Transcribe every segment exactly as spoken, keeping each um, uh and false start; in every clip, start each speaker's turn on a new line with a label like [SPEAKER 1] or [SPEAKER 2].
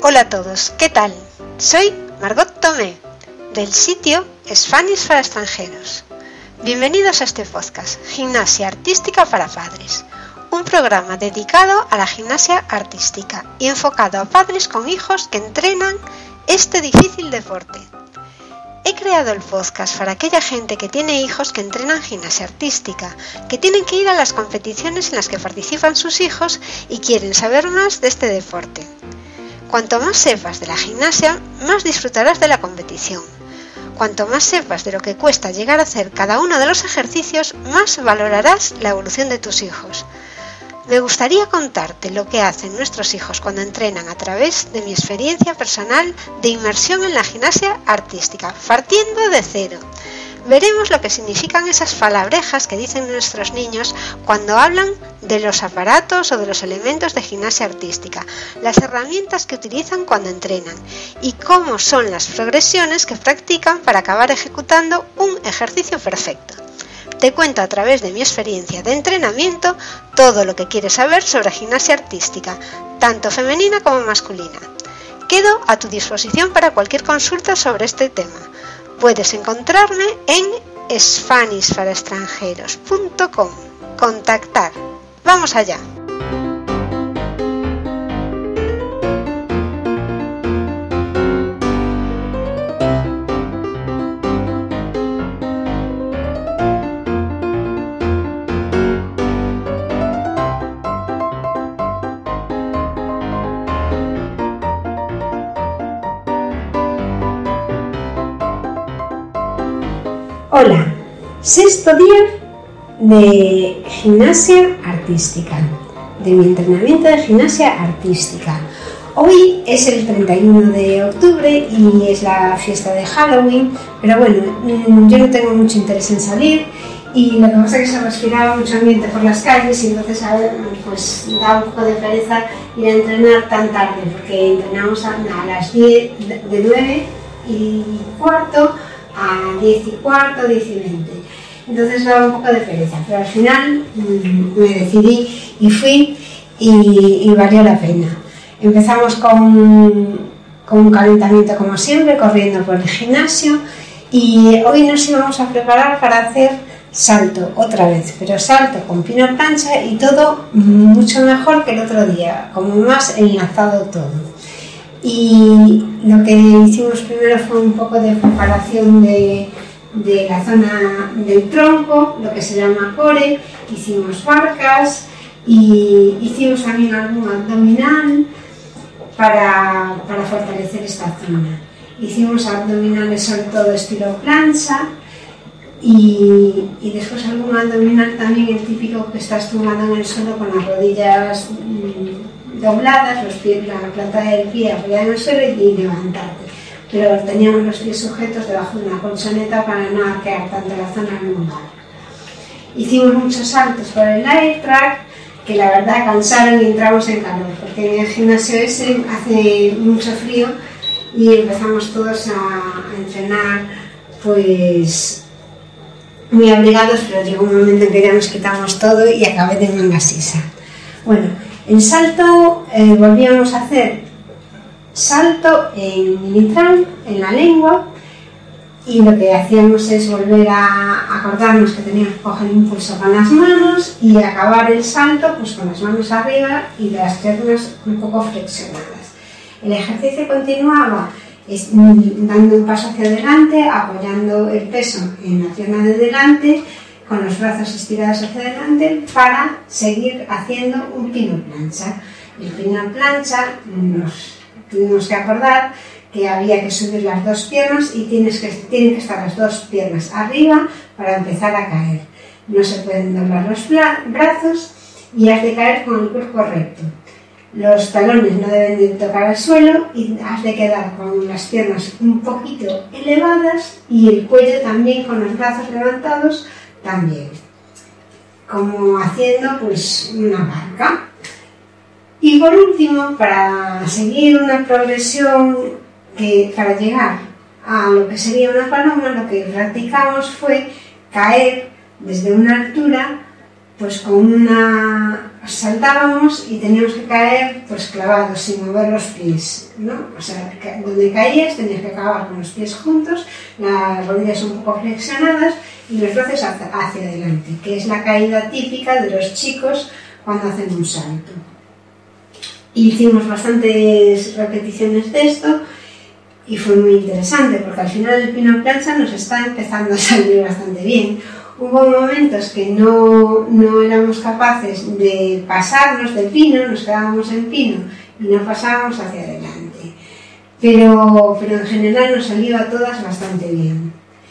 [SPEAKER 1] Hola a todos, ¿qué tal? Soy Margot Tomé, del sitio Spanish para extranjeros. Bienvenidos a este podcast, Gimnasia Artística para Padres, un programa dedicado a la gimnasia artística y enfocado a padres con hijos que entrenan este difícil deporte. He creado el podcast para aquella gente que tiene hijos que entrenan gimnasia artística, que tienen que ir a las competiciones en las que participan sus hijos y quieren saber más de este deporte. Cuanto más sepas de la gimnasia, más disfrutarás de la competición. Cuanto más sepas de lo que cuesta llegar a hacer cada uno de los ejercicios, más valorarás la evolución de tus hijos. Me gustaría contarte lo que hacen nuestros hijos cuando entrenan a través de mi experiencia personal de inmersión en la gimnasia artística, partiendo de cero. Veremos lo que significan esas palabrejas que dicen nuestros niños cuando hablan de los aparatos o de los elementos de gimnasia artística, las herramientas que utilizan cuando entrenan y cómo son las progresiones que practican para acabar ejecutando un ejercicio perfecto. Te cuento a través de mi experiencia de entrenamiento todo lo que quieres saber sobre gimnasia artística, tanto femenina como masculina. Quedo a tu disposición para cualquier consulta sobre este tema. Puedes encontrarme en spanish para extranjeros punto com. Contactar. ¡Vamos allá!
[SPEAKER 2] Hola, sexto día de gimnasia artística, de mi entrenamiento de gimnasia artística. Hoy es el treinta y uno de octubre y es la fiesta de Halloween, pero bueno, yo no tengo mucho interés en salir y lo que pasa es que se respiraba mucho ambiente por las calles y entonces pues da un poco de pereza ir a entrenar tan tarde, porque entrenamos a, a las diez, de nueve y cuarto a diez y cuarto, diez y veinte. Entonces daba un poco de pereza, pero al final mmm, me decidí y fui y, y valió la pena. Empezamos con, con un calentamiento como siempre, corriendo por el gimnasio, y hoy nos íbamos a preparar para hacer salto otra vez, pero salto con pino plancha y todo mucho mejor que el otro día, como más enlazado todo. Y lo que hicimos primero fue un poco de preparación de, de la zona del tronco, lo que se llama core, hicimos barcas y hicimos también algún abdominal para, para fortalecer esta zona. Hicimos abdominales sobre todo estilo plancha y, y después algún abdominal también el típico que estás tumbando en el suelo con las rodillas mmm, dobladas, los pies, la planta del pie apoyada en el suelo y levantarte. Pero teníamos los pies sujetos debajo de una colchoneta para no arquear tanto la zona lumbar. Hicimos muchos saltos por el air track, que la verdad cansaron y entramos en calor, porque en el gimnasio ese hace mucho frío y empezamos todos a, a entrenar pues muy abrigados, pero llegó un momento en que ya nos quitamos todo y acabé de manga sisa. Bueno, en salto eh, volvíamos a hacer salto en militral, en la lengua, y lo que hacíamos es volver a acordarnos que teníamos que coger impulso con las manos y acabar el salto pues con las manos arriba y las piernas un poco flexionadas. El ejercicio continuaba es, dando un paso hacia adelante, apoyando el peso en la pierna de delante, con los brazos estirados hacia adelante para seguir haciendo un pino plancha. El pino plancha nos tuvimos que acordar que había que subir las dos piernas y tienes que, tienen que estar las dos piernas arriba para empezar a caer. No se pueden doblar los brazos y has de caer con el cuerpo recto. Los talones no deben de tocar el suelo y has de quedar con las piernas un poquito elevadas y el cuello también con los brazos levantados también, como haciendo pues una barca. Y por último, para seguir una progresión que para llegar a lo que sería una paloma, lo que practicamos fue caer desde una altura pues con una saltábamos y teníamos que caer pues clavados, sin mover los pies, ¿no? O sea, donde caías tenías que acabar con los pies juntos, las rodillas un poco flexionadas y los brazos hacia, hacia adelante, que es la caída típica de los chicos cuando hacen un salto. Hicimos bastantes repeticiones de esto y fue muy interesante porque al final el pino plancha nos está empezando a salir bastante bien. Hubo momentos que no, no éramos capaces de pasarnos del pino, nos quedábamos en pino y no pasábamos hacia adelante. Pero, pero en general nos salió a todas bastante bien.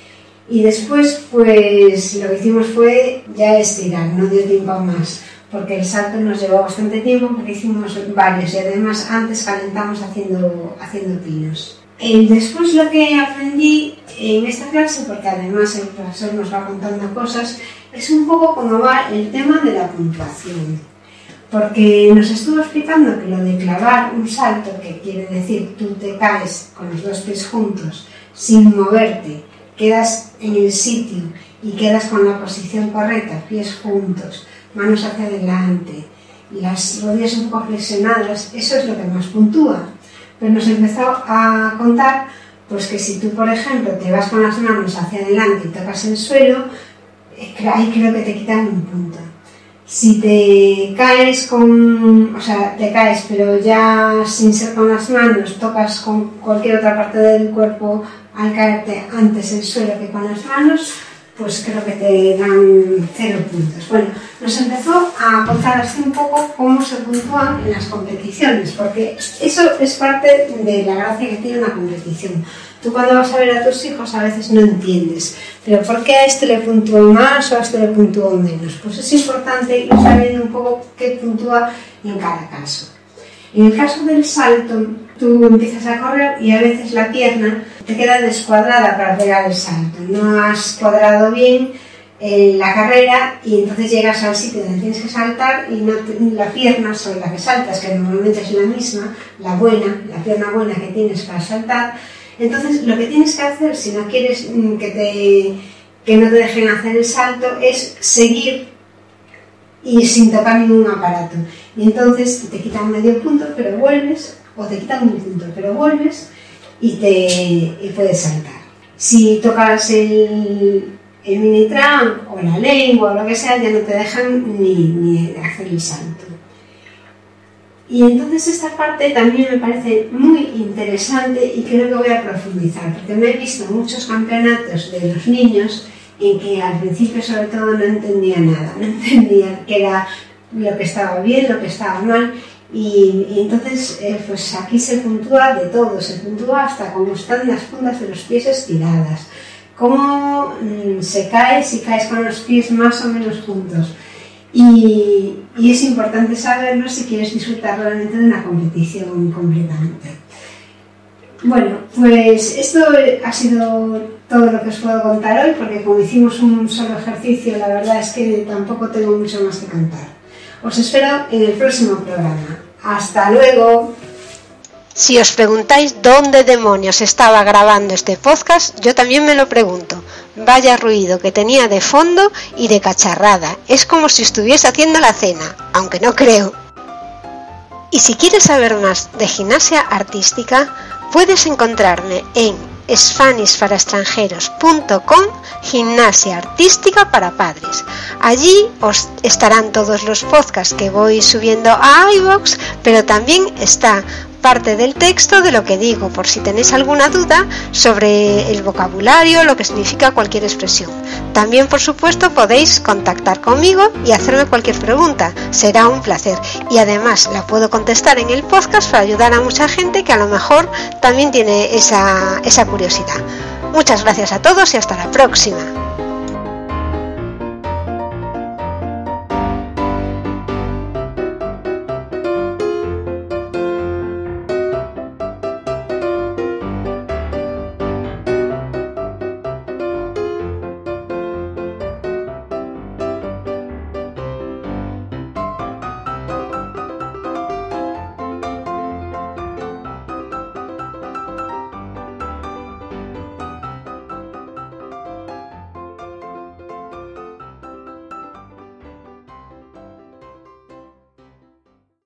[SPEAKER 2] Y después, pues lo que hicimos fue ya estirar, no dio tiempo más, porque el salto nos llevó bastante tiempo, porque hicimos varios y además antes calentamos haciendo, haciendo pinos. Eh, después lo que aprendí en esta clase, porque además el profesor nos va contando cosas, es un poco cómo va el tema de la puntuación. Porque nos estuvo explicando que lo de clavar un salto, que quiere decir tú te caes con los dos pies juntos, sin moverte, quedas en el sitio y quedas con la posición correcta, pies juntos, manos hacia adelante, las rodillas un poco flexionadas, eso es lo que más puntúa. Pero nos empezó a contar pues que si tú, por ejemplo, te vas con las manos hacia adelante y tocas el suelo, ahí creo que te quitan un punto. Si te caes con, o sea, te caes pero ya sin ser con las manos, tocas con cualquier otra parte del cuerpo al caerte antes el suelo que con las manos, pues creo que te dan cero puntos. Bueno, nos empezó a contar así un poco cómo se puntúan en las competiciones, porque eso es parte de la gracia que tiene una competición. Tú cuando vas a ver a tus hijos a veces no entiendes, pero ¿por qué a este le puntúa más o a este le puntúa menos? Pues es importante ir sabiendo un poco qué puntúa en cada caso. En el caso del salto, tú empiezas a correr y a veces la pierna te queda descuadrada para pegar el salto. No has cuadrado bien eh, la carrera y entonces llegas al sitio donde tienes que saltar y no te, la pierna sobre la que saltas, que normalmente es la misma, la buena, la pierna buena que tienes para saltar. Entonces lo que tienes que hacer, si no quieres mm, que, te, que no te dejen hacer el salto, es seguir y sin tocar ningún aparato. Y entonces te quitan medio punto, pero vuelves, o te quitan un punto, pero vuelves y, te, y puedes saltar. Si tocas el, el mini tramp o la lengua o lo que sea, ya no te dejan ni, ni hacer el salto. Y entonces esta parte también me parece muy interesante y creo que voy a profundizar, porque me he visto muchos campeonatos de los niños en que al principio sobre todo no entendía nada, no entendía qué era lo que estaba bien, lo que estaba mal, y, y entonces eh, pues aquí se puntúa de todo, se puntúa hasta cómo están las puntas de los pies estiradas, cómo mmm, se cae, si caes con los pies más o menos juntos, y, y es importante saberlo si quieres disfrutar realmente de una competición completamente. Bueno, pues esto ha sido todo lo que os puedo contar hoy, porque como hicimos un solo ejercicio, la verdad es que tampoco tengo mucho más que contar. Os espero en el próximo programa. ¡Hasta luego!
[SPEAKER 1] Si os preguntáis dónde demonios estaba grabando este podcast, yo también me lo pregunto. Vaya ruido que tenía de fondo y de cacharrada. Es como si estuviese haciendo la cena, aunque no creo. Y si quieres saber más de gimnasia artística, puedes encontrarme en spanish para extranjeros punto com, gimnasia artística para padres. Allí os estarán todos los podcasts que voy subiendo a iVoox, pero también está parte del texto de lo que digo, por si tenéis alguna duda sobre el vocabulario, lo que significa cualquier expresión. También, por supuesto, podéis contactar conmigo y hacerme cualquier pregunta, será un placer. Y además la puedo contestar en el podcast para ayudar a mucha gente que a lo mejor también tiene esa, esa curiosidad. Muchas gracias a todos y hasta la próxima.